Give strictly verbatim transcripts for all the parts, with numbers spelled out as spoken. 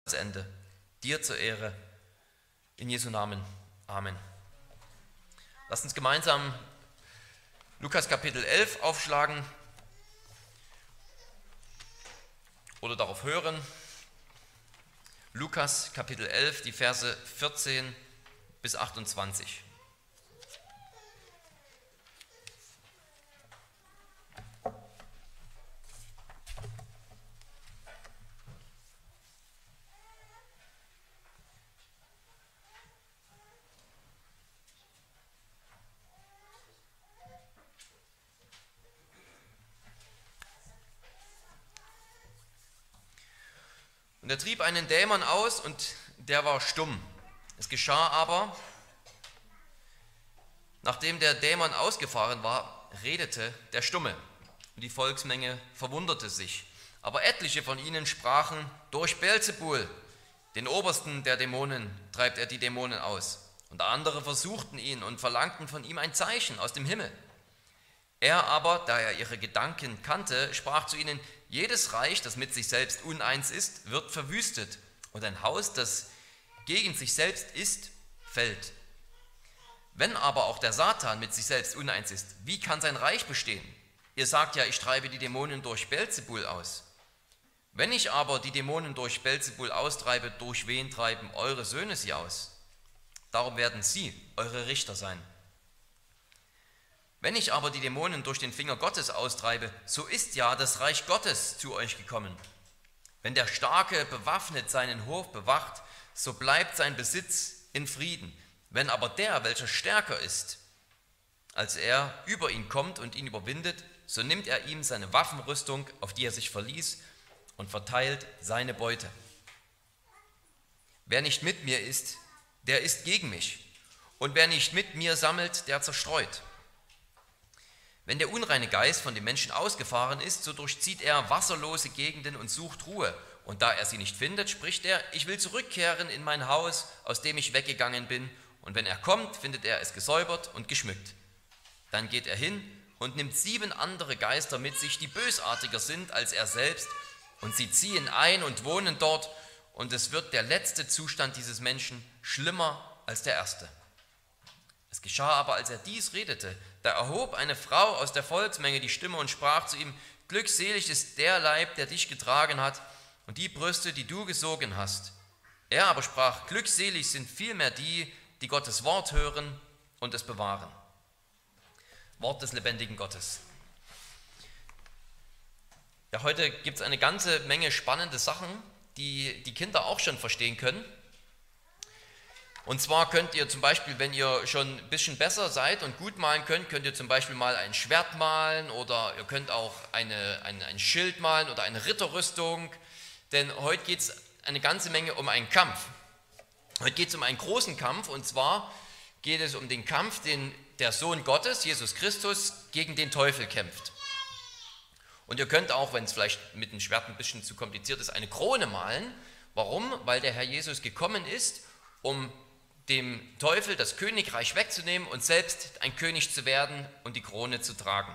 Ende. Dir zur Ehre. In Jesu Namen. Amen. Lasst uns gemeinsam Lukas Kapitel elf aufschlagen oder darauf hören. Lukas Kapitel elf, die Verse vierzehn bis achtundzwanzig. Und er trieb einen Dämon aus, und der war stumm. Es geschah aber, nachdem der Dämon ausgefahren war, redete der Stumme, und die Volksmenge verwunderte sich. Aber etliche von ihnen sprachen: Durch Beelzebul, den Obersten der Dämonen, treibt er die Dämonen aus. Und andere versuchten ihn und verlangten von ihm ein Zeichen aus dem Himmel. Er aber, da er ihre Gedanken kannte, sprach zu ihnen: Jedes Reich, das mit sich selbst uneins ist, wird verwüstet, und ein Haus, das gegen sich selbst ist, fällt. Wenn aber auch der Satan mit sich selbst uneins ist, wie kann sein Reich bestehen? Ihr sagt ja, ich treibe die Dämonen durch Beelzebul aus. Wenn ich aber die Dämonen durch Beelzebul austreibe, durch wen treiben eure Söhne sie aus? Darum werden sie eure Richter sein. Wenn ich aber die Dämonen durch den Finger Gottes austreibe, so ist ja das Reich Gottes zu euch gekommen. Wenn der Starke bewaffnet seinen Hof bewacht, so bleibt sein Besitz in Frieden. Wenn aber der, welcher stärker ist, als er, über ihn kommt und ihn überwindet, so nimmt er ihm seine Waffenrüstung, auf die er sich verließ, und verteilt seine Beute. Wer nicht mit mir ist, der ist gegen mich. Und wer nicht mit mir sammelt, der zerstreut. Wenn der unreine Geist von dem Menschen ausgefahren ist, so durchzieht er wasserlose Gegenden und sucht Ruhe. Und da er sie nicht findet, spricht er: Ich will zurückkehren in mein Haus, aus dem ich weggegangen bin. Und wenn er kommt, findet er es gesäubert und geschmückt. Dann geht er hin und nimmt sieben andere Geister mit sich, die bösartiger sind als er selbst. Und sie ziehen ein und wohnen dort. Und es wird der letzte Zustand dieses Menschen schlimmer als der erste. Es geschah aber, als er dies redete, da erhob eine Frau aus der Volksmenge die Stimme und sprach zu ihm: Glückselig ist der Leib, der dich getragen hat, und die Brüste, die du gesogen hast. Er aber sprach: Glückselig sind vielmehr die, die Gottes Wort hören und es bewahren. Wort des lebendigen Gottes. Ja, heute gibt es eine ganze Menge spannende Sachen, die die Kinder auch schon verstehen können. Und zwar könnt ihr zum Beispiel, wenn ihr schon ein bisschen besser seid und gut malen könnt, könnt ihr zum Beispiel mal ein Schwert malen, oder ihr könnt auch eine, ein, ein Schild malen oder eine Ritterrüstung. Denn heute geht es eine ganze Menge um einen Kampf. Heute geht es um einen großen Kampf, und zwar geht es um den Kampf, den der Sohn Gottes, Jesus Christus, gegen den Teufel kämpft. Und ihr könnt auch, wenn es vielleicht mit dem Schwert ein bisschen zu kompliziert ist, eine Krone malen. Warum? Weil der Herr Jesus gekommen ist, um dem Teufel das Königreich wegzunehmen und selbst ein König zu werden und die Krone zu tragen.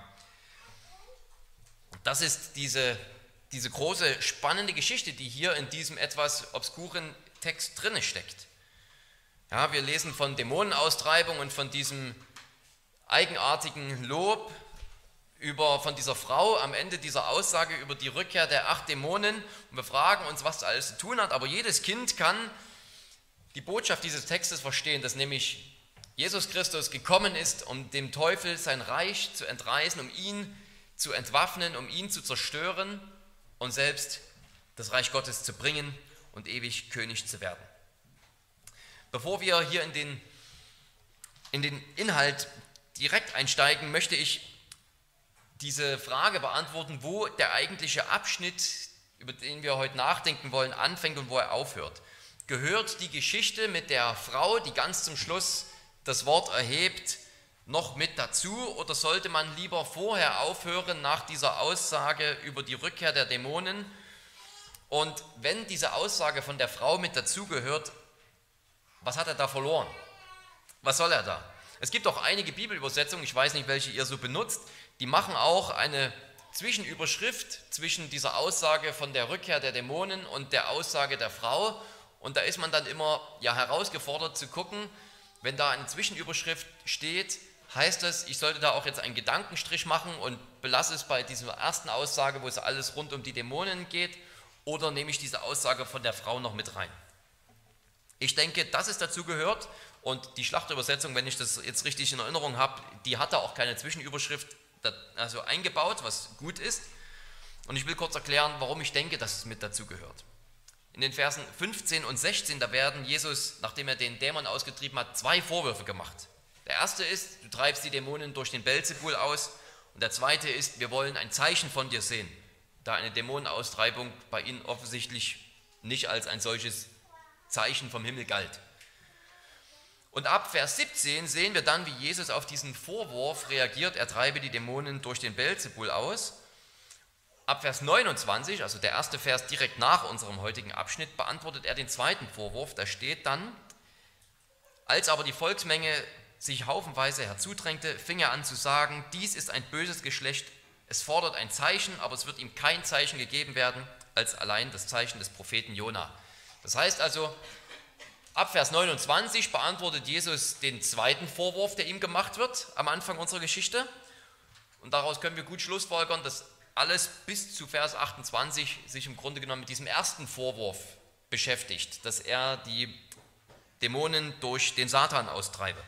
Das ist diese, diese große, spannende Geschichte, die hier in diesem etwas obskuren Text drin steckt. Ja, wir lesen von Dämonenaustreibung und von diesem eigenartigen Lob über, von dieser Frau am Ende dieser Aussage über die Rückkehr der acht Dämonen. Und wir fragen uns, was das alles zu tun hat, aber jedes Kind kann die Botschaft dieses Textes verstehen, dass nämlich Jesus Christus gekommen ist, um dem Teufel sein Reich zu entreißen, um ihn zu entwaffnen, um ihn zu zerstören und selbst das Reich Gottes zu bringen und ewig König zu werden. Bevor wir hier in den, in den Inhalt direkt einsteigen, möchte ich diese Frage beantworten, wo der eigentliche Abschnitt, über den wir heute nachdenken wollen, anfängt und wo er aufhört. Gehört die Geschichte mit der Frau, die ganz zum Schluss das Wort erhebt, noch mit dazu, oder sollte man lieber vorher aufhören nach dieser Aussage über die Rückkehr der Dämonen? Und wenn diese Aussage von der Frau mit dazu gehört, was hat er da verloren? Was soll er da? Es gibt auch einige Bibelübersetzungen, ich weiß nicht, welche ihr so benutzt, die machen auch eine Zwischenüberschrift zwischen dieser Aussage von der Rückkehr der Dämonen und der Aussage der Frau. Und da ist man dann immer ja, herausgefordert zu gucken, wenn da eine Zwischenüberschrift steht, heißt das, ich sollte da auch jetzt einen Gedankenstrich machen und belasse es bei dieser ersten Aussage, wo es alles rund um die Dämonen geht, oder nehme ich diese Aussage von der Frau noch mit rein? Ich denke, dass es dazu gehört, und die Schlachterübersetzung, wenn ich das jetzt richtig in Erinnerung habe, die hat da auch keine Zwischenüberschrift also eingebaut, was gut ist. Und ich will kurz erklären, warum ich denke, dass es mit dazu gehört. In den Versen fünfzehn und sechzehn, da werden Jesus, nachdem er den Dämon ausgetrieben hat, zwei Vorwürfe gemacht. Der erste ist, du treibst die Dämonen durch den Beelzebul aus. Und der zweite ist, wir wollen ein Zeichen von dir sehen, da eine Dämonenaustreibung bei ihnen offensichtlich nicht als ein solches Zeichen vom Himmel galt. Und ab Vers siebzehn sehen wir dann, wie Jesus auf diesen Vorwurf reagiert, er treibe die Dämonen durch den Beelzebul aus. Ab Vers neunundzwanzig, also der erste Vers direkt nach unserem heutigen Abschnitt, beantwortet er den zweiten Vorwurf. Da steht dann, als aber die Volksmenge sich haufenweise herzudrängte, fing er an zu sagen, dies ist ein böses Geschlecht, es fordert ein Zeichen, aber es wird ihm kein Zeichen gegeben werden, als allein das Zeichen des Propheten Jona. Das heißt also, ab Vers neunundzwanzig beantwortet Jesus den zweiten Vorwurf, der ihm gemacht wird am Anfang unserer Geschichte. Und daraus können wir gut schlussfolgern, dass alles bis zu Vers achtundzwanzig sich im Grunde genommen mit diesem ersten Vorwurf beschäftigt, dass er die Dämonen durch den Satan austreibe.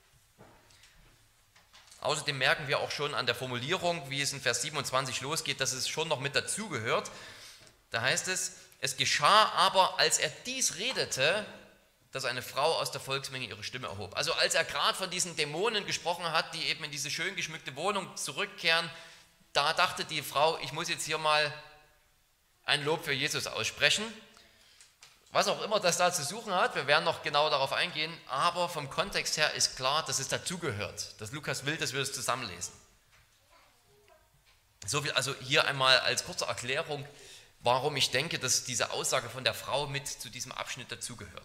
Außerdem merken wir auch schon an der Formulierung, wie es in Vers siebenundzwanzig losgeht, dass es schon noch mit dazugehört. Da heißt es, es geschah aber, als er dies redete, dass eine Frau aus der Volksmenge ihre Stimme erhob. Also als er gerade von diesen Dämonen gesprochen hat, die eben in diese schön geschmückte Wohnung zurückkehren, da dachte die Frau, ich muss jetzt hier mal ein Lob für Jesus aussprechen. Was auch immer das da zu suchen hat, wir werden noch genau darauf eingehen, aber vom Kontext her ist klar, dass es dazugehört, dass Lukas will, dass wir das zusammenlesen. So viel also hier einmal als kurze Erklärung, warum ich denke, dass diese Aussage von der Frau mit zu diesem Abschnitt dazugehört.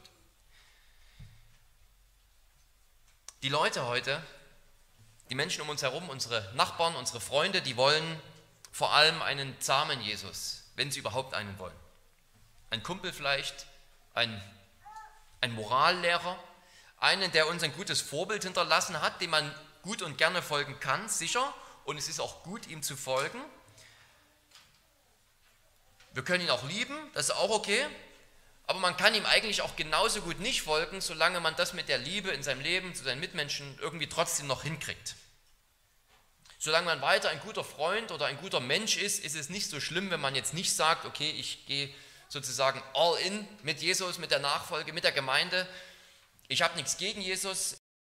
Die Leute heute, die Menschen um uns herum, unsere Nachbarn, unsere Freunde, die wollen vor allem einen zahmen Jesus, wenn sie überhaupt einen wollen. Ein Kumpel vielleicht, ein, ein Morallehrer, einen, der uns ein gutes Vorbild hinterlassen hat, dem man gut und gerne folgen kann, sicher, und es ist auch gut, ihm zu folgen. Wir können ihn auch lieben, das ist auch okay. Aber man kann ihm eigentlich auch genauso gut nicht folgen, solange man das mit der Liebe in seinem Leben zu seinen Mitmenschen irgendwie trotzdem noch hinkriegt. Solange man weiter ein guter Freund oder ein guter Mensch ist, ist es nicht so schlimm, wenn man jetzt nicht sagt, okay, ich gehe sozusagen all in mit Jesus, mit der Nachfolge, mit der Gemeinde. Ich habe nichts gegen Jesus.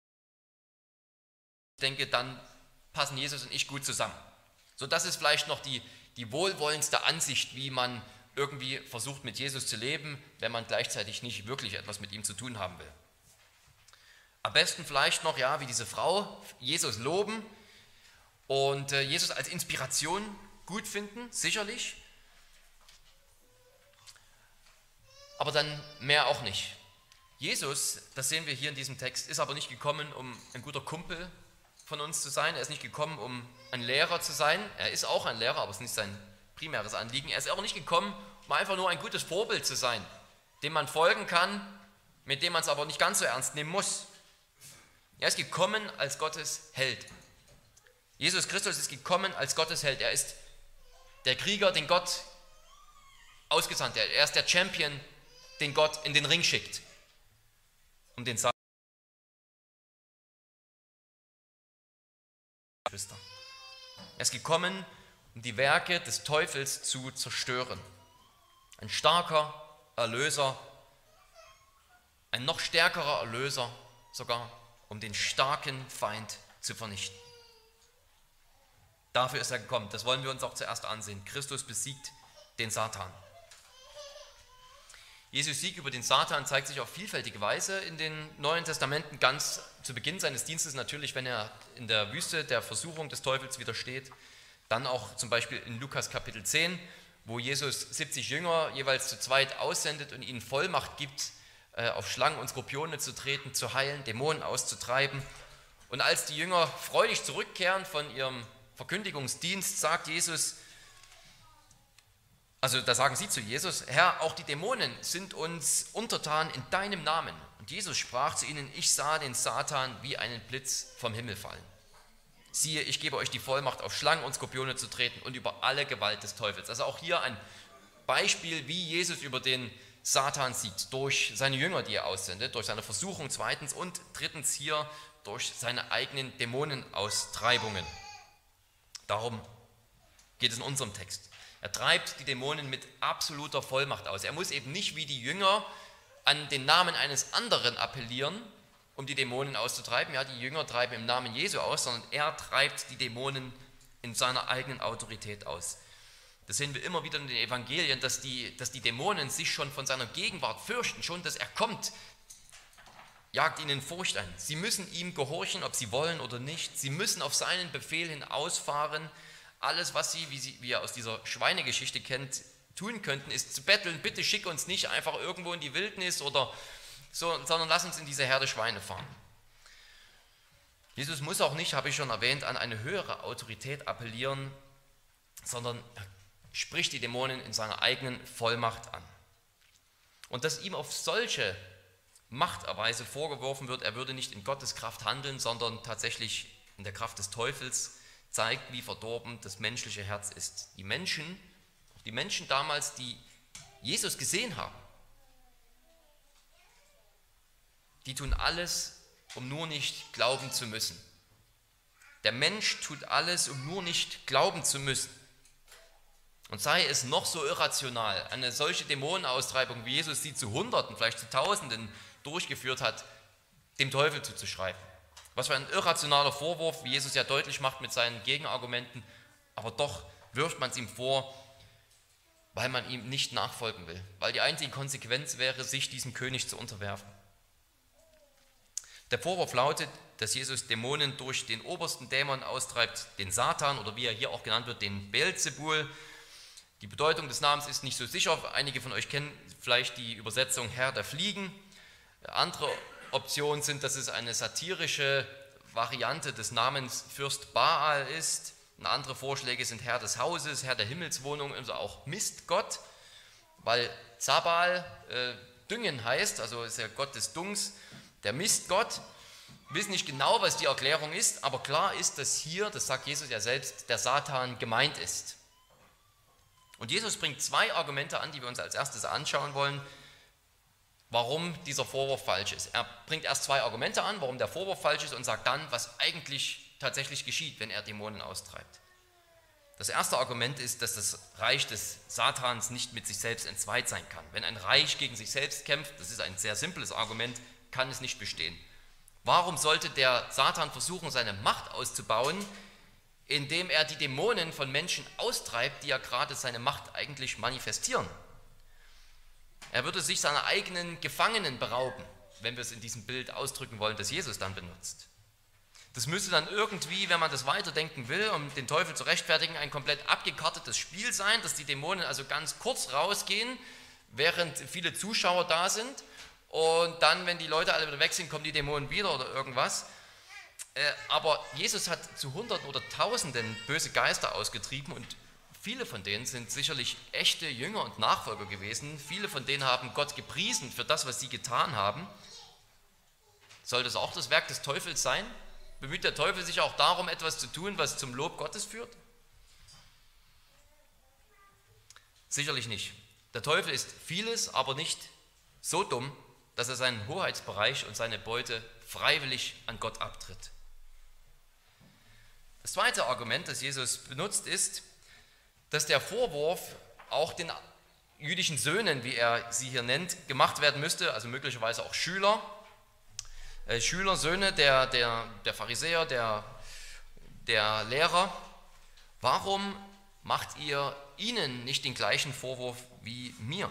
Ich denke, dann passen Jesus und ich gut zusammen. So, das ist vielleicht noch die, die wohlwollendste Ansicht, wie man irgendwie versucht mit Jesus zu leben, wenn man gleichzeitig nicht wirklich etwas mit ihm zu tun haben will. Am besten vielleicht noch, ja, wie diese Frau, Jesus loben und äh, Jesus als Inspiration gut finden, sicherlich. Aber dann mehr auch nicht. Jesus, das sehen wir hier in diesem Text, ist aber nicht gekommen, um ein guter Kumpel von uns zu sein. Er ist nicht gekommen, um ein Lehrer zu sein. Er ist auch ein Lehrer, aber es ist nicht sein primäres Anliegen. Er ist auch nicht gekommen, um einfach nur ein gutes Vorbild zu sein, dem man folgen kann, mit dem man es aber nicht ganz so ernst nehmen muss. Er ist gekommen als Gottes Held. Jesus Christus ist gekommen als Gottes Held. Er ist der Krieger, den Gott ausgesandt hat. Er ist der Champion, den Gott in den Ring schickt, um den Satan. Er ist gekommen, um die Werke des Teufels zu zerstören. Ein starker Erlöser, ein noch stärkerer Erlöser sogar, um den starken Feind zu vernichten. Dafür ist er gekommen. Das wollen wir uns auch zuerst ansehen. Christus besiegt den Satan. Jesus Sieg über den Satan zeigt sich auf vielfältige Weise in den Neuen Testamenten, ganz zu Beginn seines Dienstes natürlich, wenn er in der Wüste der Versuchung des Teufels widersteht. Dann auch zum Beispiel in Lukas Kapitel zehn, wo Jesus siebzig Jünger jeweils zu zweit aussendet und ihnen Vollmacht gibt, auf Schlangen und Skorpione zu treten, zu heilen, Dämonen auszutreiben. Und als die Jünger freudig zurückkehren von ihrem Verkündigungsdienst sagt Jesus, also da sagen sie zu Jesus, Herr, auch die Dämonen sind uns untertan in deinem Namen. Und Jesus sprach zu ihnen, ich sah den Satan wie einen Blitz vom Himmel fallen. Siehe, ich gebe euch die Vollmacht, auf Schlangen und Skorpione zu treten und über alle Gewalt des Teufels. Also auch hier ein Beispiel, wie Jesus über den Satan siegt, durch seine Jünger, die er aussendet, durch seine Versuchung zweitens und drittens hier durch seine eigenen Dämonenaustreibungen. Darum geht es in unserem Text. Er treibt die Dämonen mit absoluter Vollmacht aus. Er muss eben nicht wie die Jünger an den Namen eines anderen appellieren, um die Dämonen auszutreiben. Ja, die Jünger treiben im Namen Jesu aus, sondern er treibt die Dämonen in seiner eigenen Autorität aus. Das sehen wir immer wieder in den Evangelien, dass die, dass die Dämonen sich schon von seiner Gegenwart fürchten, schon dass er kommt, jagt ihnen Furcht ein. Sie müssen ihm gehorchen, ob sie wollen oder nicht. Sie müssen auf seinen Befehl hin ausfahren. Alles, was sie, wie, sie, wie ihr aus dieser Schweinegeschichte kennt, tun könnten, ist zu betteln, bitte schick uns nicht einfach irgendwo in die Wildnis oder so, sondern lass uns in diese Herde Schweine fahren. Jesus muss auch nicht, habe ich schon erwähnt, an eine höhere Autorität appellieren, sondern er spricht die Dämonen in seiner eigenen Vollmacht an. Und dass ihm auf solche Machterweise vorgeworfen wird, er würde nicht in Gottes Kraft handeln, sondern tatsächlich in der Kraft des Teufels, zeigt, wie verdorben das menschliche Herz ist. Die Menschen, die Menschen damals, die Jesus gesehen haben, die tun alles, um nur nicht glauben zu müssen. Der Mensch tut alles, um nur nicht glauben zu müssen. Und sei es noch so irrational, eine solche Dämonenaustreibung, wie Jesus sie zu Hunderten, vielleicht zu Tausenden durchgeführt hat, dem Teufel zuzuschreiben. Was für ein irrationaler Vorwurf, wie Jesus ja deutlich macht mit seinen Gegenargumenten, aber doch wirft man es ihm vor, weil man ihm nicht nachfolgen will, weil die einzige Konsequenz wäre, sich diesem König zu unterwerfen. Der Vorwurf lautet, dass Jesus Dämonen durch den obersten Dämon austreibt, den Satan oder wie er hier auch genannt wird, den Beelzebul. Die Bedeutung des Namens ist nicht so sicher. Einige von euch kennen vielleicht die Übersetzung Herr der Fliegen. Andere Optionen sind, dass es eine satirische Variante des Namens Fürst Baal ist. Und andere Vorschläge sind Herr des Hauses, Herr der Himmelswohnung, also auch Mistgott, weil Zabal äh, Düngen heißt, also ist der Gott des Dungs, der Mistgott. Wir wissen nicht genau, was die Erklärung ist, aber klar ist, dass hier, das sagt Jesus ja selbst, der Satan gemeint ist. Und Jesus bringt zwei Argumente an, die wir uns als erstes anschauen wollen, warum dieser Vorwurf falsch ist. Er bringt erst zwei Argumente an, warum der Vorwurf falsch ist und sagt dann, was eigentlich tatsächlich geschieht, wenn er Dämonen austreibt. Das erste Argument ist, dass das Reich des Satans nicht mit sich selbst entzweit sein kann. Wenn ein Reich gegen sich selbst kämpft, das ist ein sehr simples Argument, kann es nicht bestehen. Warum sollte der Satan versuchen, seine Macht auszubauen, indem er die Dämonen von Menschen austreibt, die ja gerade seine Macht eigentlich manifestieren? Er würde sich seiner eigenen Gefangenen berauben, wenn wir es in diesem Bild ausdrücken wollen, das Jesus dann benutzt. Das müsste dann irgendwie, wenn man das weiterdenken will, um den Teufel zu rechtfertigen, ein komplett abgekartetes Spiel sein, dass die Dämonen also ganz kurz rausgehen, während viele Zuschauer da sind. Und dann, wenn die Leute alle wieder weg sind, kommen die Dämonen wieder oder irgendwas. Aber Jesus hat zu Hunderten oder Tausenden böse Geister ausgetrieben und viele von denen sind sicherlich echte Jünger und Nachfolger gewesen. Viele von denen haben Gott gepriesen für das, was sie getan haben. Soll das auch das Werk des Teufels sein? Bemüht der Teufel sich auch darum, etwas zu tun, was zum Lob Gottes führt? Sicherlich nicht. Der Teufel ist vieles, aber nicht so dumm, dass er seinen Hoheitsbereich und seine Beute freiwillig an Gott abtritt. Das zweite Argument, das Jesus benutzt, ist, dass der Vorwurf auch den jüdischen Söhnen, wie er sie hier nennt, gemacht werden müsste, also möglicherweise auch Schüler, äh, Schüler, Söhne der, der, der Pharisäer, der, der Lehrer. Warum macht ihr ihnen nicht den gleichen Vorwurf wie mir?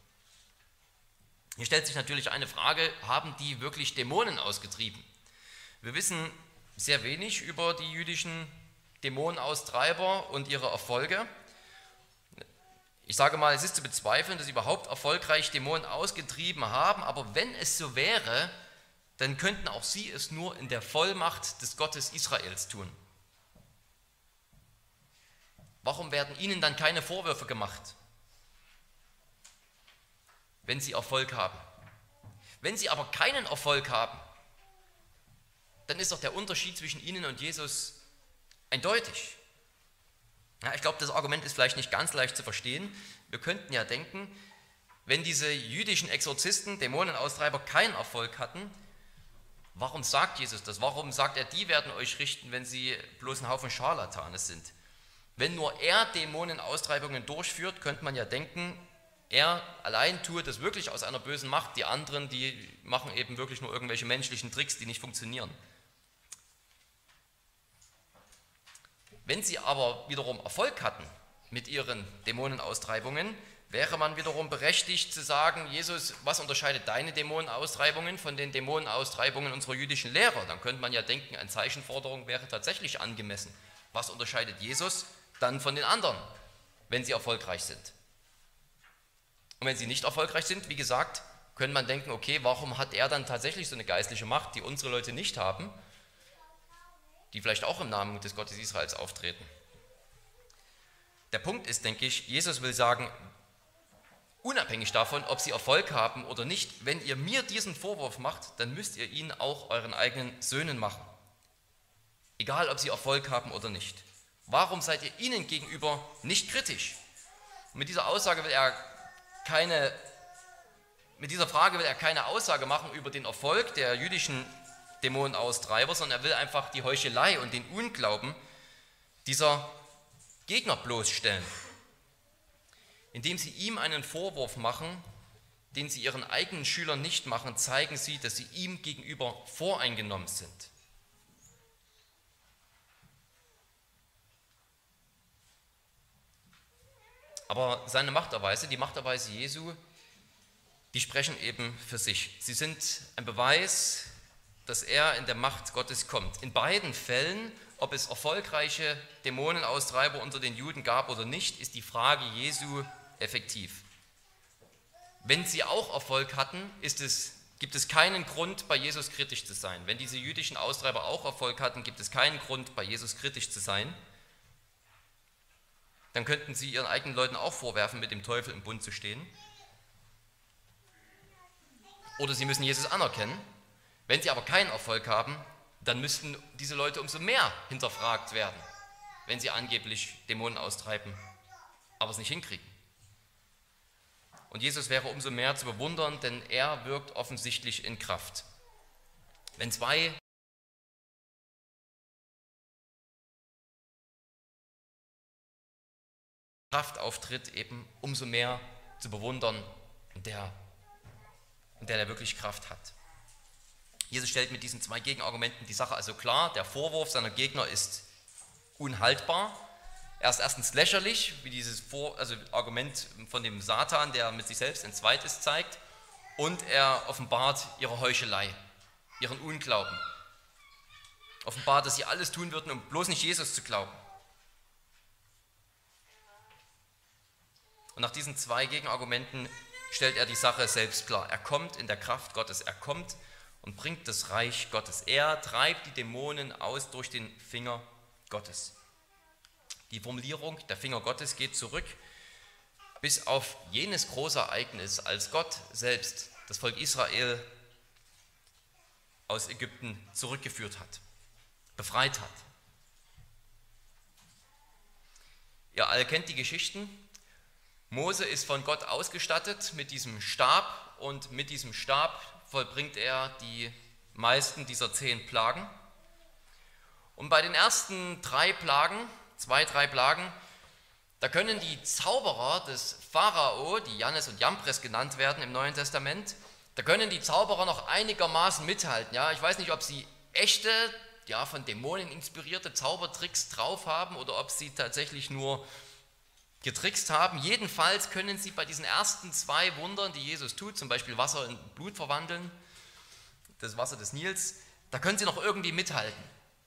Hier stellt sich natürlich eine Frage, haben die wirklich Dämonen ausgetrieben? Wir wissen sehr wenig über die jüdischen Dämonenaustreiber und ihre Erfolge. Ich sage mal, es ist zu bezweifeln, dass sie überhaupt erfolgreich Dämonen ausgetrieben haben, aber wenn es so wäre, dann könnten auch sie es nur in der Vollmacht des Gottes Israels tun. Warum werden ihnen dann keine Vorwürfe gemacht, wenn sie Erfolg haben? Wenn sie aber keinen Erfolg haben, dann ist doch der Unterschied zwischen ihnen und Jesus eindeutig. Ja, ich glaube, das Argument ist vielleicht nicht ganz leicht zu verstehen. Wir könnten ja denken, wenn diese jüdischen Exorzisten, Dämonenaustreiber keinen Erfolg hatten, warum sagt Jesus das? Warum sagt er, die werden euch richten, wenn sie bloß ein Haufen Scharlatane sind? Wenn nur er Dämonenaustreibungen durchführt, könnte man ja denken, er allein tue das wirklich aus einer bösen Macht, die anderen, die machen eben wirklich nur irgendwelche menschlichen Tricks, die nicht funktionieren. Wenn sie aber wiederum Erfolg hatten mit ihren Dämonenaustreibungen, wäre man wiederum berechtigt zu sagen, Jesus, was unterscheidet deine Dämonenaustreibungen von den Dämonenaustreibungen unserer jüdischen Lehrer? Dann könnte man ja denken, eine Zeichenforderung wäre tatsächlich angemessen. Was unterscheidet Jesus dann von den anderen, wenn sie erfolgreich sind? Und wenn sie nicht erfolgreich sind, wie gesagt, könnte man denken, okay, warum hat er dann tatsächlich so eine geistliche Macht, die unsere Leute nicht haben, die vielleicht auch im Namen des Gottes Israels auftreten? Der Punkt ist, denke ich, Jesus will sagen, unabhängig davon, ob sie Erfolg haben oder nicht, wenn ihr mir diesen Vorwurf macht, dann müsst ihr ihn auch euren eigenen Söhnen machen. Egal, ob sie Erfolg haben oder nicht. Warum seid ihr ihnen gegenüber nicht kritisch? Und mit dieser Aussage will er keine, mit dieser Frage will er keine Aussage machen über den Erfolg der jüdischen Dämonenaustreiber, sondern er will einfach die Heuchelei und den Unglauben dieser Gegner bloßstellen, indem sie ihm einen Vorwurf machen, den sie ihren eigenen Schülern nicht machen, zeigen sie, dass sie ihm gegenüber voreingenommen sind. Aber seine Machterweise, die Machterweise Jesu, die sprechen eben für sich. Sie sind ein Beweis, dass er in der Macht Gottes kommt. In beiden Fällen, ob es erfolgreiche Dämonenaustreiber unter den Juden gab oder nicht, ist die Frage Jesu effektiv. Wenn sie auch Erfolg hatten, ist es, gibt es keinen Grund, bei Jesus kritisch zu sein. Wenn diese jüdischen Austreiber auch Erfolg hatten, gibt es keinen Grund, bei Jesus kritisch zu sein. Dann könnten sie ihren eigenen Leuten auch vorwerfen, mit dem Teufel im Bund zu stehen. Oder sie müssen Jesus anerkennen. Wenn sie aber keinen Erfolg haben, dann müssten diese Leute umso mehr hinterfragt werden, wenn sie angeblich Dämonen austreiben, aber es nicht hinkriegen. Und Jesus wäre umso mehr zu bewundern, denn er wirkt offensichtlich in Kraft. Wenn zwei Kraft auftritt, eben umso mehr zu bewundern, und der, und der, der wirklich Kraft hat. Jesus stellt mit diesen zwei Gegenargumenten die Sache also klar, der Vorwurf seiner Gegner ist unhaltbar. Er ist erstens lächerlich, wie dieses Vor, also Argument von dem Satan, der mit sich selbst entzweit ist, zeigt, und er offenbart ihre Heuchelei, ihren Unglauben. Offenbart, dass sie alles tun würden, um bloß nicht Jesus zu glauben. Und nach diesen zwei Gegenargumenten stellt er die Sache selbst klar. Er kommt in der Kraft Gottes, er kommt und bringt das Reich Gottes. Er treibt die Dämonen aus durch den Finger Gottes. Die Formulierung, der Finger Gottes, geht zurück bis auf jenes große Ereignis, als Gott selbst das Volk Israel aus Ägypten zurückgeführt hat, befreit hat. Ihr alle kennt die Geschichten. Mose ist von Gott ausgestattet mit diesem Stab und mit diesem Stab vollbringt er die meisten dieser zehn Plagen. Und bei den ersten drei Plagen, zwei, drei Plagen, da können die Zauberer des Pharao, die Jannes und Jambres genannt werden im Neuen Testament, da können die Zauberer noch einigermaßen mithalten. Ja? Ich weiß nicht, ob sie echte, ja, von Dämonen inspirierte Zaubertricks drauf haben oder ob sie tatsächlich nur getrickst haben. Jedenfalls können sie bei diesen ersten zwei Wundern, die Jesus tut, zum Beispiel Wasser in Blut verwandeln, das Wasser des Nils, da können sie noch irgendwie mithalten.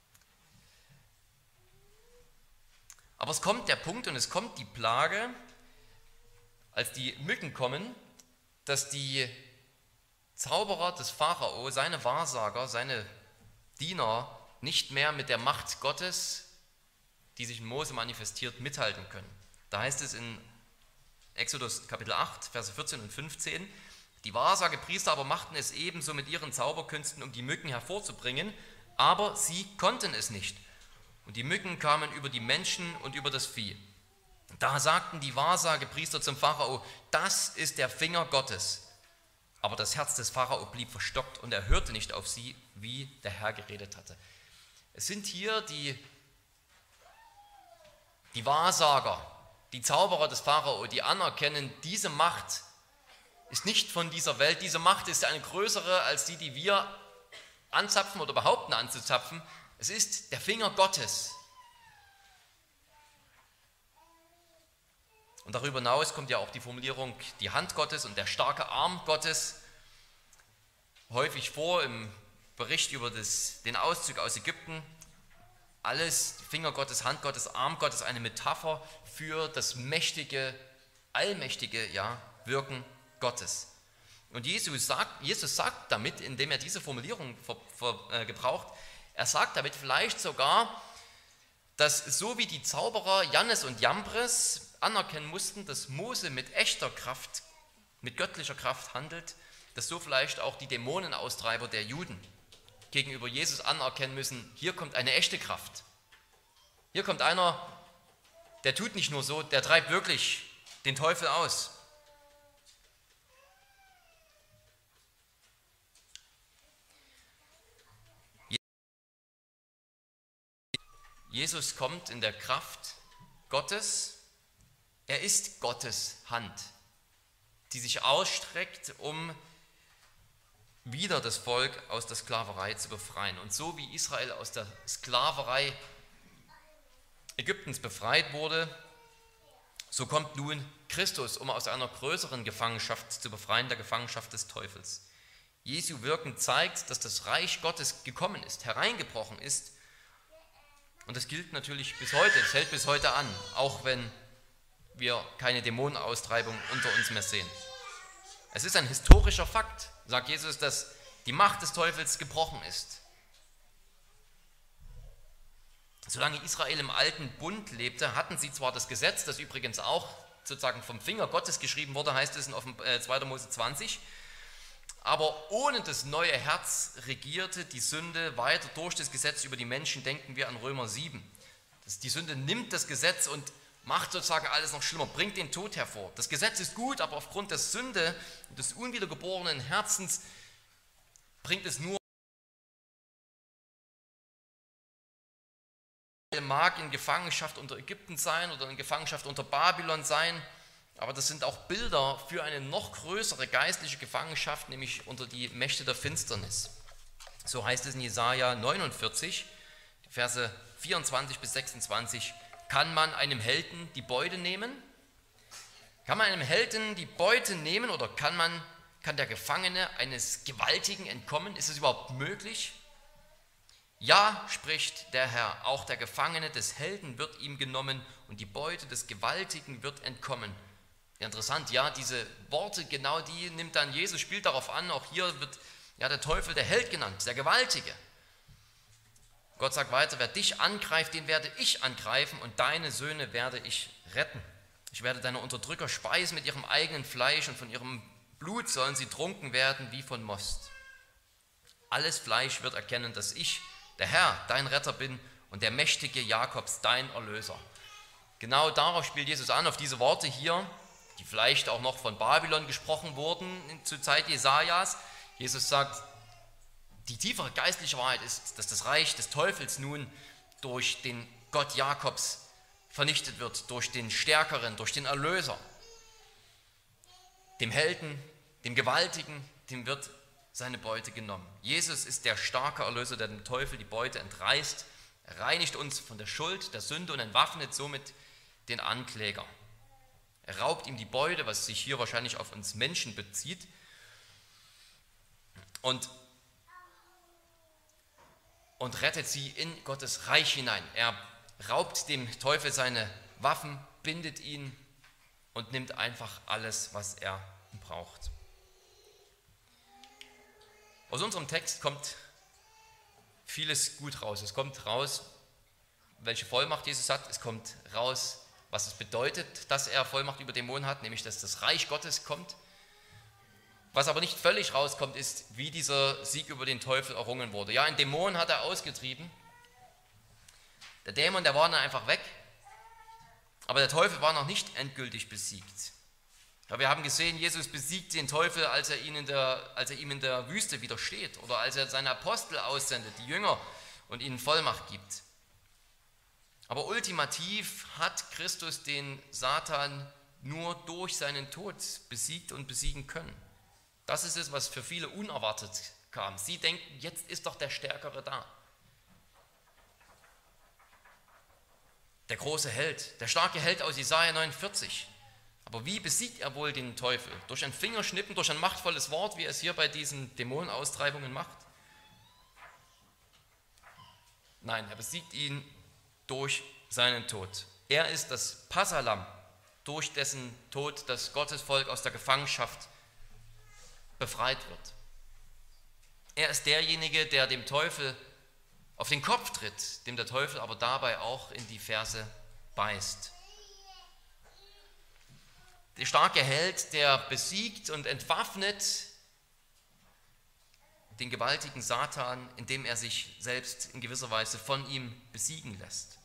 Aber es kommt der Punkt und es kommt die Plage, als die Mücken kommen, dass die Zauberer des Pharao, seine Wahrsager, seine Diener nicht mehr mit der Macht Gottes die sich in Mose manifestiert, mithalten können. Da heißt es in Exodus Kapitel acht, Verse vierzehn und fünfzehn, die Wahrsagepriester aber machten es ebenso mit ihren Zauberkünsten, um die Mücken hervorzubringen, aber sie konnten es nicht. Und die Mücken kamen über die Menschen und über das Vieh. Da sagten die Wahrsagepriester zum Pharao, das ist der Finger Gottes. Aber das Herz des Pharao blieb verstockt und er hörte nicht auf sie, wie der Herr geredet hatte. Es sind hier die, die Wahrsager, die Zauberer des Pharao, die anerkennen, diese Macht ist nicht von dieser Welt. Diese Macht ist eine größere als die, die wir anzapfen oder behaupten anzuzapfen. Es ist der Finger Gottes. Und darüber hinaus kommt ja auch die Formulierung, die Hand Gottes und der starke Arm Gottes häufig vor im Bericht über das, den Auszug aus Ägypten. Alles, Finger Gottes, Hand Gottes, Arm Gottes, eine Metapher für das mächtige, allmächtige ja, Wirken Gottes. Und Jesus sagt, Jesus sagt damit, indem er diese Formulierung ver, ver, äh, gebraucht, er sagt damit vielleicht sogar, dass so wie die Zauberer Jannes und Jambres anerkennen mussten, dass Mose mit echter Kraft, mit göttlicher Kraft handelt, dass so vielleicht auch die Dämonenaustreiber der Juden gegenüber Jesus anerkennen müssen, hier kommt eine echte Kraft. Hier kommt einer, der tut nicht nur so, der treibt wirklich den Teufel aus. Jesus kommt in der Kraft Gottes. Er ist Gottes Hand, die sich ausstreckt, um wieder das Volk aus der Sklaverei zu befreien. Und so wie Israel aus der Sklaverei Ägyptens befreit wurde, so kommt nun Christus, um aus einer größeren Gefangenschaft zu befreien, der Gefangenschaft des Teufels. Jesu Wirken zeigt, dass das Reich Gottes gekommen ist, hereingebrochen ist. Und das gilt natürlich bis heute, es hält bis heute an, auch wenn wir keine Dämonenaustreibung unter uns mehr sehen. Es ist ein historischer Fakt, sagt Jesus, dass die Macht des Teufels gebrochen ist. Solange Israel im alten Bund lebte, hatten sie zwar das Gesetz, das übrigens auch sozusagen vom Finger Gottes geschrieben wurde, heißt es in zweiter Mose zwanzig, aber ohne das neue Herz regierte die Sünde weiter durch das Gesetz über die Menschen, denken wir an Römer sieben. Das, die Sünde nimmt das Gesetz und macht sozusagen alles noch schlimmer, bringt den Tod hervor. Das Gesetz ist gut, aber aufgrund der Sünde und des unwiedergeborenen Herzens bringt es nur, er mag in Gefangenschaft unter Ägypten sein oder in Gefangenschaft unter Babylon sein, aber das sind auch Bilder für eine noch größere geistliche Gefangenschaft, nämlich unter die Mächte der Finsternis. So heißt es in Jesaja neunundvierzig, Verse vierundzwanzig bis sechsundzwanzig, kann man einem Helden die Beute nehmen? Kann man einem Helden die Beute nehmen oder kann, man, kann der Gefangene eines Gewaltigen entkommen? Ist es überhaupt möglich? Ja, spricht der Herr, auch der Gefangene des Helden wird ihm genommen und die Beute des Gewaltigen wird entkommen. Ja, interessant, ja, diese Worte, genau die nimmt dann Jesus, spielt darauf an, auch hier wird ja der Teufel der Held genannt, der Gewaltige. Gott sagt weiter, wer dich angreift, den werde ich angreifen und deine Söhne werde ich retten. Ich werde deine Unterdrücker speisen mit ihrem eigenen Fleisch und von ihrem Blut sollen sie trunken werden wie von Most. Alles Fleisch wird erkennen, dass ich, der Herr, dein Retter bin und der mächtige Jakobs, dein Erlöser. Genau darauf spielt Jesus an, auf diese Worte hier, die vielleicht auch noch von Babylon gesprochen wurden zur Zeit Jesajas. Jesus sagt, die tiefere geistliche Wahrheit ist, dass das Reich des Teufels nun durch den Gott Jakobs vernichtet wird, durch den Stärkeren, durch den Erlöser. Dem Helden, dem Gewaltigen, dem wird seine Beute genommen. Jesus ist der starke Erlöser, der dem Teufel die Beute entreißt, er reinigt uns von der Schuld, der Sünde und entwaffnet somit den Ankläger. Er raubt ihm die Beute, was sich hier wahrscheinlich auf uns Menschen bezieht, und und rettet sie in Gottes Reich hinein. Er raubt dem Teufel seine Waffen, bindet ihn und nimmt einfach alles, was er braucht. Aus unserem Text kommt vieles gut raus. Es kommt raus, welche Vollmacht Jesus hat. Es kommt raus, was es bedeutet, dass er Vollmacht über Dämonen hat, nämlich dass das Reich Gottes kommt. Was aber nicht völlig rauskommt, ist, wie dieser Sieg über den Teufel errungen wurde. Ja, einen Dämon hat er ausgetrieben. Der Dämon, der war dann einfach weg. Aber der Teufel war noch nicht endgültig besiegt. Ja, wir haben gesehen, Jesus besiegt den Teufel, als er, ihn in der, als er ihm in der Wüste widersteht oder als er seine Apostel aussendet, die Jünger, und ihnen Vollmacht gibt. Aber ultimativ hat Christus den Satan nur durch seinen Tod besiegt und besiegen können. Das ist es, was für viele unerwartet kam. Sie denken, jetzt ist doch der Stärkere da. Der große Held, der starke Held aus Jesaja neunundvierzig. Aber wie besiegt er wohl den Teufel? Durch ein Fingerschnippen, durch ein machtvolles Wort, wie er es hier bei diesen Dämonenaustreibungen macht? Nein, er besiegt ihn durch seinen Tod. Er ist das Passahlamm, durch dessen Tod das Gottesvolk aus der Gefangenschaft befreit wird. Er ist derjenige, der dem Teufel auf den Kopf tritt, dem der Teufel aber dabei auch in die Ferse beißt. Der starke Held, der besiegt und entwaffnet den gewaltigen Satan, indem er sich selbst in gewisser Weise von ihm besiegen lässt.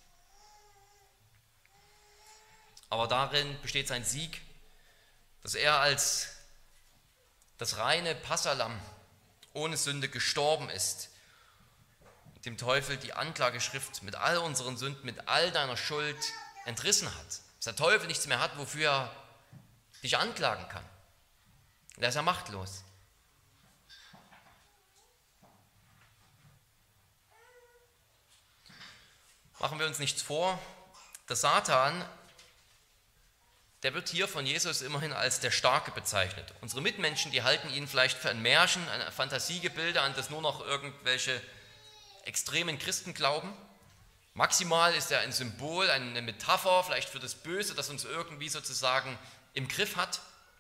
Aber darin besteht sein Sieg, dass er als das reine Passahlamm ohne Sünde gestorben ist, dem Teufel die Anklageschrift mit all unseren Sünden, mit all deiner Schuld entrissen hat. Dass der Teufel nichts mehr hat, wofür er dich anklagen kann. Da ist er machtlos. Machen wir uns nichts vor, der Satan, der wird hier von Jesus immerhin als der Starke bezeichnet. Unsere Mitmenschen, die halten ihn vielleicht für ein Märchen, ein Fantasiegebilde, an das nur noch irgendwelche extremen Christen glauben. Maximal ist er ein Symbol, eine Metapher, vielleicht für das Böse, das uns irgendwie sozusagen im Griff hat.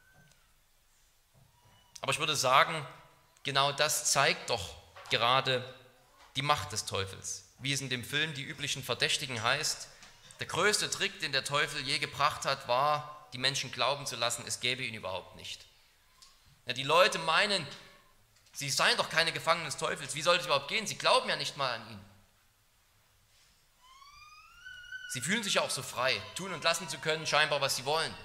Aber ich würde sagen, genau das zeigt doch gerade die Macht des Teufels. Wie es in dem Film Die üblichen Verdächtigen heißt, der größte Trick, den der Teufel je gebracht hat, war, die Menschen glauben zu lassen, es gäbe ihn überhaupt nicht. Ja, die Leute meinen, sie seien doch keine Gefangenen des Teufels, wie soll es überhaupt gehen? Sie glauben ja nicht mal an ihn. Sie fühlen sich ja auch so frei, tun und lassen zu können, scheinbar, was sie wollen.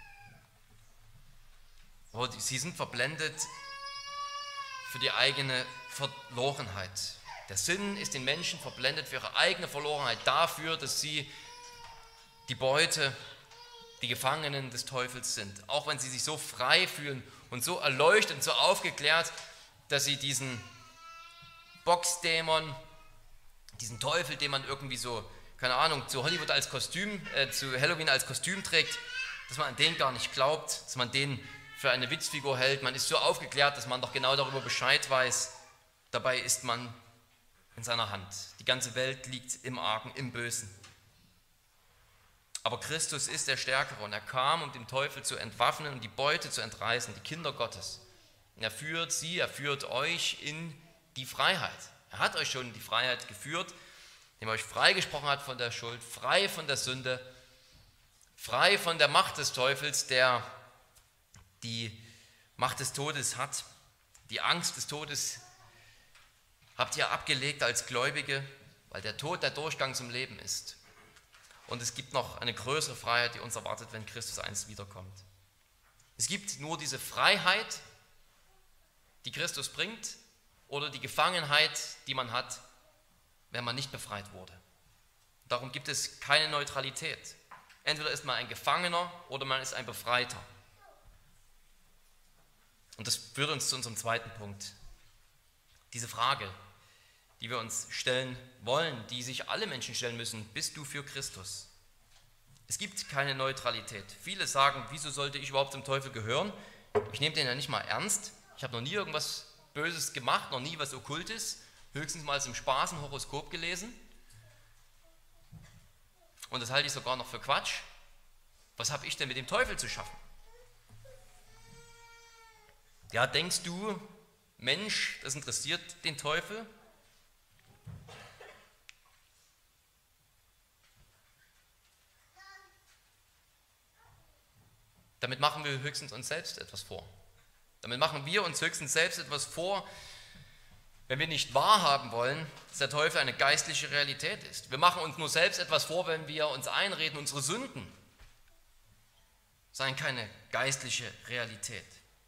Aber sie sind verblendet für die eigene Verlorenheit. Der Sinn ist den Menschen verblendet für ihre eigene Verlorenheit, dafür, dass sie die Beute, die Gefangenen des Teufels sind. Auch wenn sie sich so frei fühlen und so erleuchtet und so aufgeklärt, dass sie diesen Boxdämon, diesen Teufel, den man irgendwie so, keine Ahnung, zu Hollywood als Kostüm, äh, zu Halloween als Kostüm trägt, dass man an den gar nicht glaubt, dass man den für eine Witzfigur hält. Man ist so aufgeklärt, dass man doch genau darüber Bescheid weiß. Dabei ist man in seiner Hand. Die ganze Welt liegt im Argen, im Bösen. Aber Christus ist der Stärkere und er kam, um den Teufel zu entwaffnen und die Beute zu entreißen, die Kinder Gottes. Und er führt sie, er führt euch in die Freiheit. Er hat euch schon in die Freiheit geführt, indem er euch freigesprochen hat von der Schuld, frei von der Sünde, frei von der Macht des Teufels, der die Macht des Todes hat. Die Angst des Todes habt ihr abgelegt als Gläubige, weil der Tod der Durchgang zum Leben ist. Und es gibt noch eine größere Freiheit, die uns erwartet, wenn Christus einst wiederkommt. Es gibt nur diese Freiheit, die Christus bringt, oder die Gefangenheit, die man hat, wenn man nicht befreit wurde. Darum gibt es keine Neutralität. Entweder ist man ein Gefangener oder man ist ein Befreiter. Und das führt uns zu unserem zweiten Punkt. Diese Frage, die wir uns stellen wollen, die sich alle Menschen stellen müssen: Bist du für Christus? Es gibt keine Neutralität. Viele sagen, wieso sollte ich überhaupt zum Teufel gehören? Ich nehme den ja nicht mal ernst. Ich habe noch nie irgendwas Böses gemacht, noch nie was Okkultes, höchstens mal zum Spaß ein Horoskop gelesen. Und das halte ich sogar noch für Quatsch. Was habe ich denn mit dem Teufel zu schaffen? Ja, denkst du, Mensch, das interessiert den Teufel? damit machen wir höchstens uns selbst etwas vor. Damit machen wir uns höchstens selbst etwas vor, wenn wir nicht wahrhaben wollen, dass der Teufel eine geistliche Realität ist. Wir machen uns nur selbst etwas vor, wenn wir uns einreden, unsere Sünden seien keine geistliche Realität.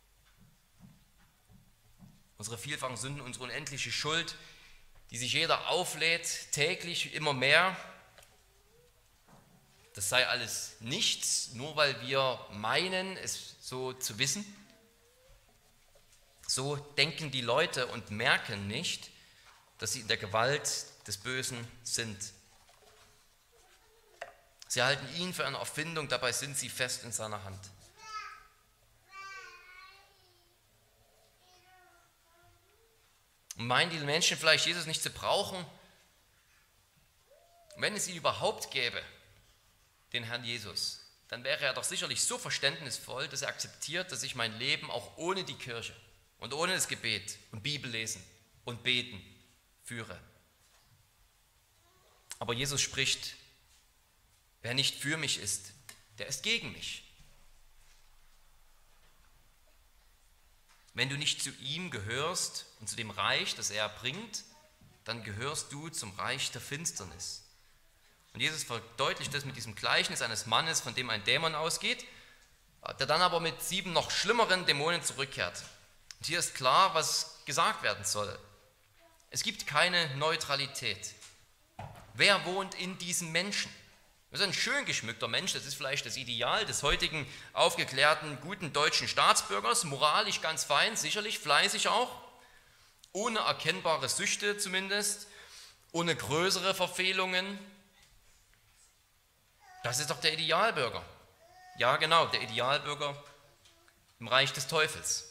Unsere vielfachen Sünden, unsere unendliche Schuld, die sich jeder auflädt, täglich immer mehr, das sei alles nichts, nur weil wir meinen, es so zu wissen. So denken die Leute und merken nicht, dass sie in der Gewalt des Bösen sind. Sie halten ihn für eine Erfindung, dabei sind sie fest in seiner Hand. Und meinen die Menschen vielleicht, Jesus nicht zu brauchen? Wenn es ihn überhaupt gäbe, den Herrn Jesus, dann wäre er doch sicherlich so verständnisvoll, dass er akzeptiert, dass ich mein Leben auch ohne die Kirche und ohne das Gebet und Bibellesen und Beten führe. Aber Jesus spricht: Wer nicht für mich ist, der ist gegen mich. Wenn du nicht zu ihm gehörst und zu dem Reich, das er bringt, dann gehörst du zum Reich der Finsternis. Und Jesus verdeutlicht das mit diesem Gleichnis eines Mannes, von dem ein Dämon ausgeht, der dann aber mit sieben noch schlimmeren Dämonen zurückkehrt. Und hier ist klar, was gesagt werden soll. Es gibt keine Neutralität. Wer wohnt in diesem Menschen? Das ist ein schön geschmückter Mensch, das ist vielleicht das Ideal des heutigen aufgeklärten, guten deutschen Staatsbürgers, moralisch ganz fein, sicherlich fleißig auch, ohne erkennbare Süchte zumindest, ohne größere Verfehlungen. Das ist doch der Idealbürger. Ja, genau, der Idealbürger im Reich des Teufels.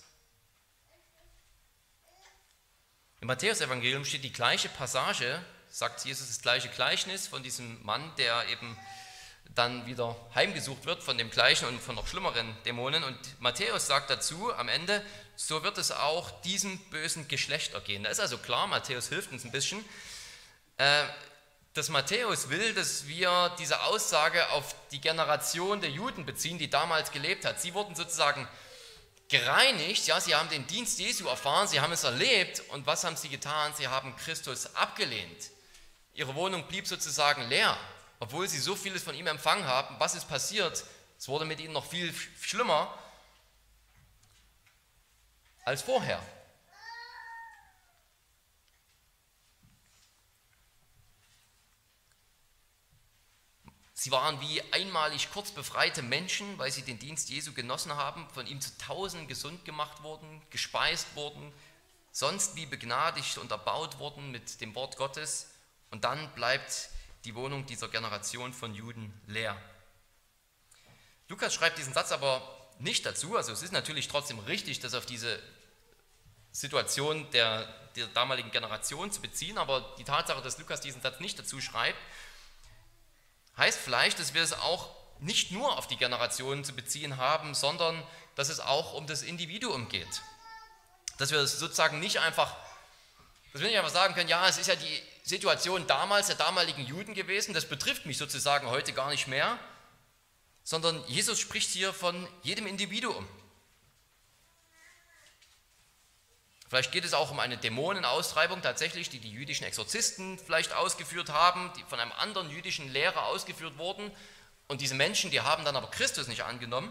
Im Matthäus-Evangelium steht die gleiche Passage, sagt Jesus das gleiche Gleichnis von diesem Mann, der eben dann wieder heimgesucht wird von dem gleichen und von noch schlimmeren Dämonen. Und Matthäus sagt dazu am Ende, so wird es auch diesem bösen Geschlecht ergehen. Da ist also klar, Matthäus hilft uns ein bisschen, äh, dass Matthäus will, dass wir diese Aussage auf die Generation der Juden beziehen, die damals gelebt hat. Sie wurden sozusagen gereinigt, ja, sie haben den Dienst Jesu erfahren, sie haben es erlebt. Und was haben sie getan? Sie haben Christus abgelehnt. Ihre Wohnung blieb sozusagen leer, obwohl sie so vieles von ihm empfangen haben. Was ist passiert? Es wurde mit ihnen noch viel schlimmer als vorher. Sie waren wie einmalig kurz befreite Menschen, weil sie den Dienst Jesu genossen haben, von ihm zu Tausenden gesund gemacht wurden, gespeist wurden, sonst wie begnadigt und erbaut wurden mit dem Wort Gottes. Und dann bleibt die Wohnung dieser Generation von Juden leer. Lukas schreibt diesen Satz aber nicht dazu, also es ist natürlich trotzdem richtig, das auf diese Situation der, der damaligen Generation zu beziehen, aber die Tatsache, dass Lukas diesen Satz nicht dazu schreibt, heißt vielleicht, dass wir es auch nicht nur auf die Generation zu beziehen haben, sondern dass es auch um das Individuum geht. Dass wir sozusagen nicht einfach, dass wir nicht einfach sagen können, ja, es ist ja die Situation damals der damaligen Juden gewesen, das betrifft mich sozusagen heute gar nicht mehr, sondern Jesus spricht hier von jedem Individuum. Vielleicht geht es auch um eine Dämonenaustreibung tatsächlich, die die jüdischen Exorzisten vielleicht ausgeführt haben, die von einem anderen jüdischen Lehrer ausgeführt wurden. Und diese Menschen, die haben dann aber Christus nicht angenommen.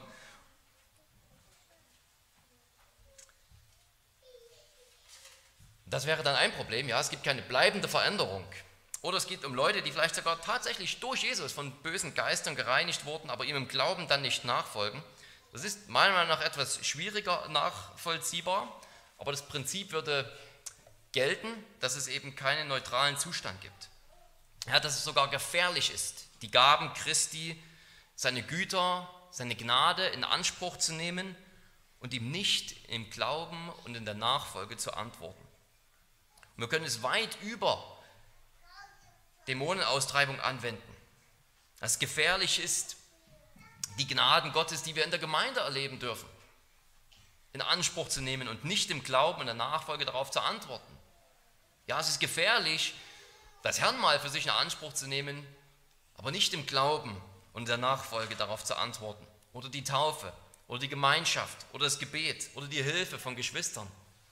Das wäre dann ein Problem, ja, es gibt keine bleibende Veränderung. Oder es geht um Leute, die vielleicht sogar tatsächlich durch Jesus von bösen Geistern gereinigt wurden, aber ihm im Glauben dann nicht nachfolgen. Das ist meiner Meinung nach etwas schwieriger nachvollziehbar. Aber das Prinzip würde gelten, dass es eben keinen neutralen Zustand gibt. Ja, dass es sogar gefährlich ist, die Gaben Christi, seine Güter, seine Gnade in Anspruch zu nehmen und ihm nicht im Glauben und in der Nachfolge zu antworten. Und wir können es weit über Dämonenaustreibung anwenden. Dass es gefährlich ist, die Gnaden Gottes, die wir in der Gemeinde erleben dürfen, in Anspruch zu nehmen und nicht im Glauben und der Nachfolge darauf zu antworten. Ja, es ist gefährlich, das Herrnmal für sich in Anspruch zu nehmen, aber nicht im Glauben und der Nachfolge darauf zu antworten. Oder die Taufe oder die Gemeinschaft oder das Gebet oder die Hilfe von Geschwistern.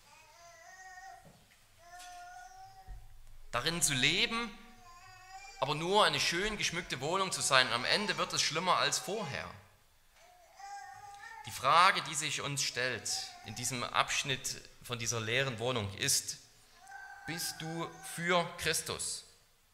Darin zu leben, aber nur eine schön geschmückte Wohnung zu sein. Und am Ende wird es schlimmer als vorher. Die Frage, die sich uns stellt in diesem Abschnitt von dieser leeren Wohnung ist: Bist du für Christus?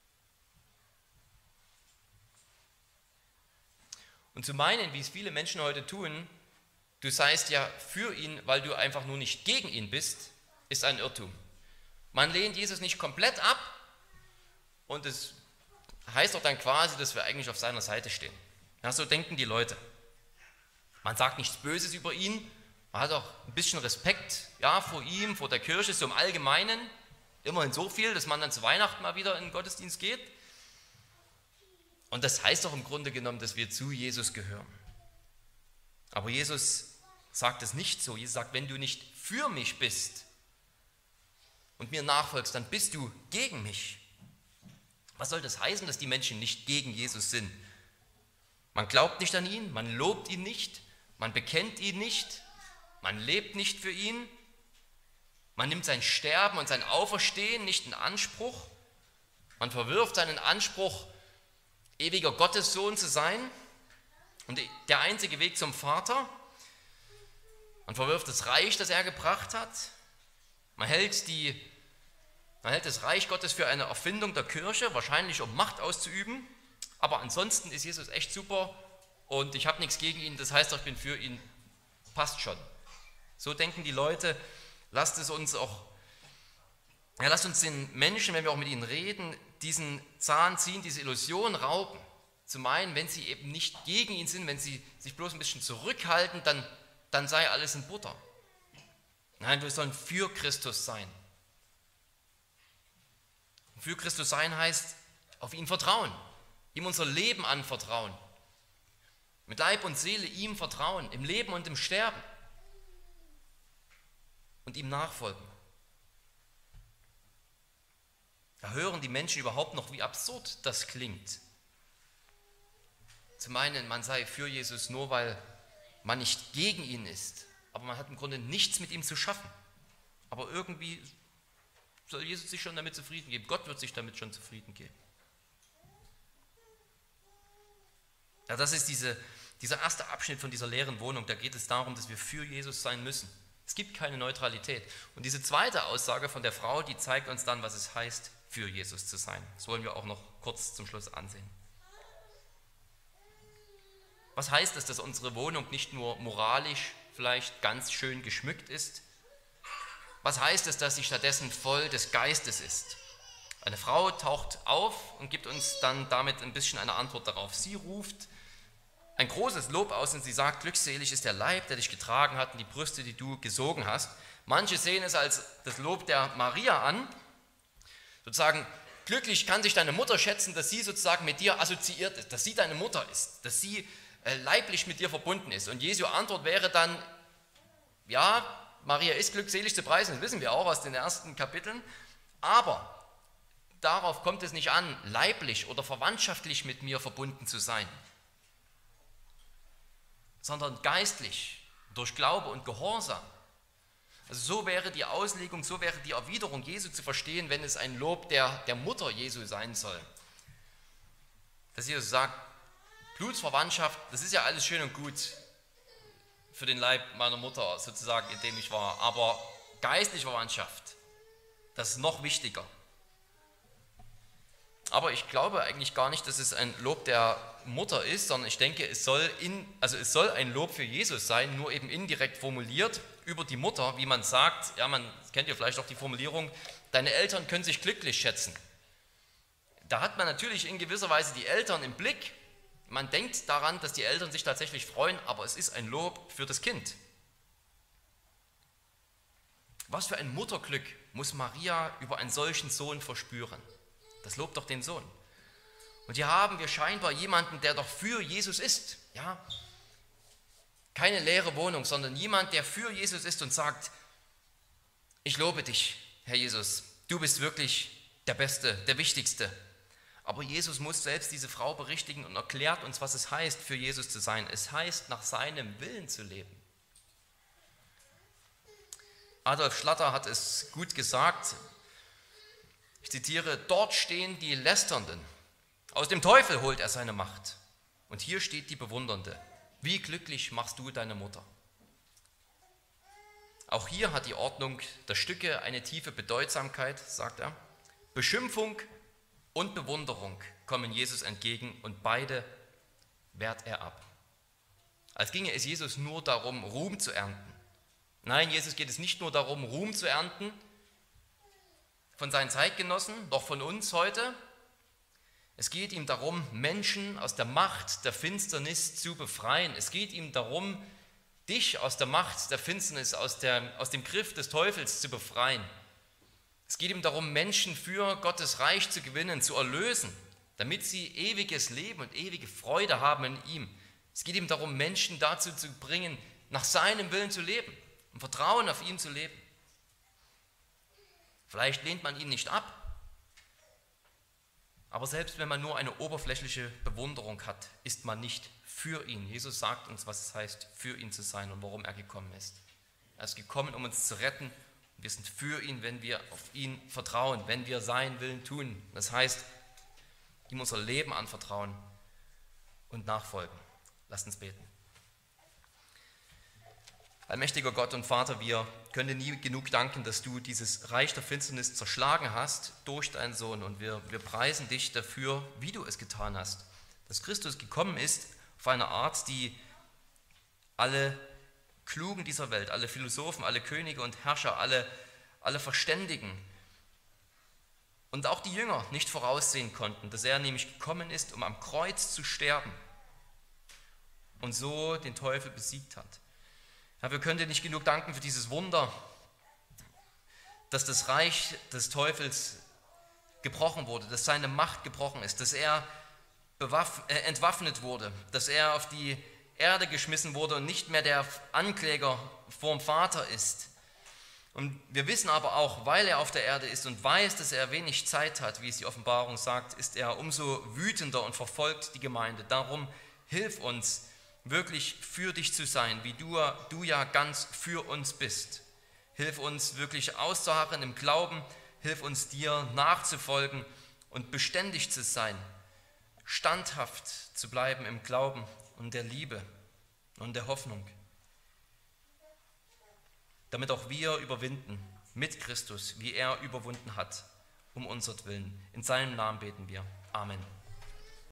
Und zu meinen, wie es viele Menschen heute tun, du seist ja für ihn, weil du einfach nur nicht gegen ihn bist, ist ein Irrtum. Man lehnt Jesus nicht komplett ab und es heißt doch dann quasi, dass wir eigentlich auf seiner Seite stehen. Ja, so denken die Leute. Man sagt nichts Böses über ihn, man hat auch ein bisschen Respekt, ja, vor ihm, vor der Kirche, so im Allgemeinen. Immerhin so viel, dass man dann zu Weihnachten mal wieder in den Gottesdienst geht. Und das heißt doch im Grunde genommen, dass wir zu Jesus gehören. Aber Jesus sagt es nicht so. Jesus sagt, wenn du nicht für mich bist und mir nachfolgst, dann bist du gegen mich. Was soll das heißen, dass die Menschen nicht gegen Jesus sind? Man glaubt nicht an ihn, man lobt ihn nicht, man bekennt ihn nicht, man lebt nicht für ihn, man nimmt sein Sterben und sein Auferstehen nicht in Anspruch, man verwirft seinen Anspruch, ewiger Gottessohn zu sein und der einzige Weg zum Vater. Man verwirft das Reich, das er gebracht hat. Man hält, die, man hält das Reich Gottes für eine Erfindung der Kirche, wahrscheinlich um Macht auszuüben. Aber ansonsten ist Jesus echt super und ich habe nichts gegen ihn, das heißt, ich bin für ihn, passt schon. So denken die Leute. Lasst es uns auch, ja, lasst uns den Menschen, wenn wir auch mit ihnen reden, diesen Zahn ziehen, diese Illusion rauben. Zu meinen, wenn sie eben nicht gegen ihn sind, wenn sie sich bloß ein bisschen zurückhalten, dann, dann sei alles in Butter. Nein, wir sollen für Christus sein. Für Christus sein heißt, auf ihn vertrauen, ihm unser Leben anvertrauen, mit Leib und Seele ihm vertrauen, im Leben und im Sterben und ihm nachfolgen. Da hören die Menschen überhaupt noch, wie absurd das klingt. Zu meinen, man sei für Jesus nur, weil man nicht gegen ihn ist, aber man hat im Grunde nichts mit ihm zu schaffen. Aber irgendwie soll Jesus sich schon damit zufrieden geben. Gott wird sich damit schon zufrieden geben. Ja, das ist diese, dieser erste Abschnitt von dieser leeren Wohnung. Da geht es darum, dass wir für Jesus sein müssen. Es gibt keine Neutralität. Und diese zweite Aussage von der Frau, die zeigt uns dann, was es heißt, für Jesus zu sein. Das wollen wir auch noch kurz zum Schluss ansehen. Was heißt es, dass unsere Wohnung nicht nur moralisch vielleicht ganz schön geschmückt ist? Was heißt es, dass sie stattdessen voll des Geistes ist? Eine Frau taucht auf und gibt uns dann damit ein bisschen eine Antwort darauf. Sie ruft ein großes Lob aus und sie sagt, glückselig ist der Leib, der dich getragen hat und die Brüste, die du gesogen hast. Manche sehen es als das Lob der Maria an. Sozusagen, glücklich kann sich deine Mutter schätzen, dass sie sozusagen mit dir assoziiert ist, dass sie deine Mutter ist, dass sie äh, leiblich mit dir verbunden ist. Und Jesu Antwort wäre dann, ja, Maria ist glückselig zu preisen, das wissen wir auch aus den ersten Kapiteln, aber darauf kommt es nicht an, leiblich oder verwandtschaftlich mit mir verbunden zu sein, sondern geistlich, durch Glaube und Gehorsam. Also so wäre die Auslegung, so wäre die Erwiderung Jesu zu verstehen, wenn es ein Lob der, der Mutter Jesu sein soll. Dass Jesus sagt, Blutsverwandtschaft, das ist ja alles schön und gut für den Leib meiner Mutter sozusagen, in dem ich war, aber geistliche Verwandtschaft, das ist noch wichtiger. Aber ich glaube eigentlich gar nicht, dass es ein Lob der Mutter ist, sondern ich denke, es soll, in, also es soll ein Lob für Jesus sein, nur eben indirekt formuliert über die Mutter, wie man sagt, ja, man kennt ja vielleicht auch die Formulierung, deine Eltern können sich glücklich schätzen. Da hat man natürlich in gewisser Weise die Eltern im Blick. Man denkt daran, dass die Eltern sich tatsächlich freuen, aber es ist ein Lob für das Kind. Was für ein Mutterglück muss Maria über einen solchen Sohn verspüren? Das lobt doch den Sohn. Und hier haben wir scheinbar jemanden, der doch für Jesus ist. Ja? Keine leere Wohnung, sondern jemand, der für Jesus ist und sagt, ich lobe dich, Herr Jesus, du bist wirklich der Beste, der Wichtigste. Aber Jesus muss selbst diese Frau berichtigen und erklärt uns, was es heißt, für Jesus zu sein. Es heißt, nach seinem Willen zu leben. Adolf Schlatter hat es gut gesagt, ich zitiere, dort stehen die Lästernden, aus dem Teufel holt er seine Macht. Und hier steht die Bewundernde, wie glücklich machst du deine Mutter. Auch hier hat die Ordnung der Stücke eine tiefe Bedeutsamkeit, sagt er. Beschimpfung und Bewunderung kommen Jesus entgegen und beide wehrt er ab. Als ginge es Jesus nur darum, Ruhm zu ernten. Nein, Jesus geht es nicht nur darum, Ruhm zu ernten von seinen Zeitgenossen, doch von uns heute. Es geht ihm darum, Menschen aus der Macht der Finsternis zu befreien. Es geht ihm darum, dich aus der Macht der Finsternis, aus, der, aus dem Griff des Teufels zu befreien. Es geht ihm darum, Menschen für Gottes Reich zu gewinnen, zu erlösen, damit sie ewiges Leben und ewige Freude haben in ihm. Es geht ihm darum, Menschen dazu zu bringen, nach seinem Willen zu leben, im Vertrauen auf ihn zu leben. Vielleicht lehnt man ihn nicht ab, aber selbst wenn man nur eine oberflächliche Bewunderung hat, ist man nicht für ihn. Jesus sagt uns, was es heißt, für ihn zu sein und warum er gekommen ist. Er ist gekommen, um uns zu retten. Wir sind für ihn, wenn wir auf ihn vertrauen, wenn wir seinen Willen tun. Das heißt, ihm unser Leben anvertrauen und nachfolgen. Lasst uns beten. Allmächtiger Gott und Vater, wir können dir nie genug danken, dass du dieses Reich der Finsternis zerschlagen hast durch deinen Sohn. Und wir, wir preisen dich dafür, wie du es getan hast. Dass Christus gekommen ist auf eine Art, die alle Klugen dieser Welt, alle Philosophen, alle Könige und Herrscher, alle, alle Verständigen und auch die Jünger nicht voraussehen konnten, dass er nämlich gekommen ist, um am Kreuz zu sterben und so den Teufel besiegt hat. Ja, wir können dir nicht genug danken für dieses Wunder, dass das Reich des Teufels gebrochen wurde, dass seine Macht gebrochen ist, dass er bewaff- äh, entwaffnet wurde, dass er auf die Erde geschmissen wurde und nicht mehr der Ankläger vorm Vater ist. Und wir wissen aber auch, weil er auf der Erde ist und weiß, dass er wenig Zeit hat, wie es die Offenbarung sagt, ist er umso wütender und verfolgt die Gemeinde. Darum hilf uns, wirklich für dich zu sein, wie du, du ja ganz für uns bist. Hilf uns wirklich auszuharren im Glauben, hilf uns dir nachzufolgen und beständig zu sein, standhaft zu bleiben im Glauben und der Liebe und der Hoffnung, damit auch wir überwinden mit Christus, wie er überwunden hat, um unsertwillen. In seinem Namen beten wir. Amen.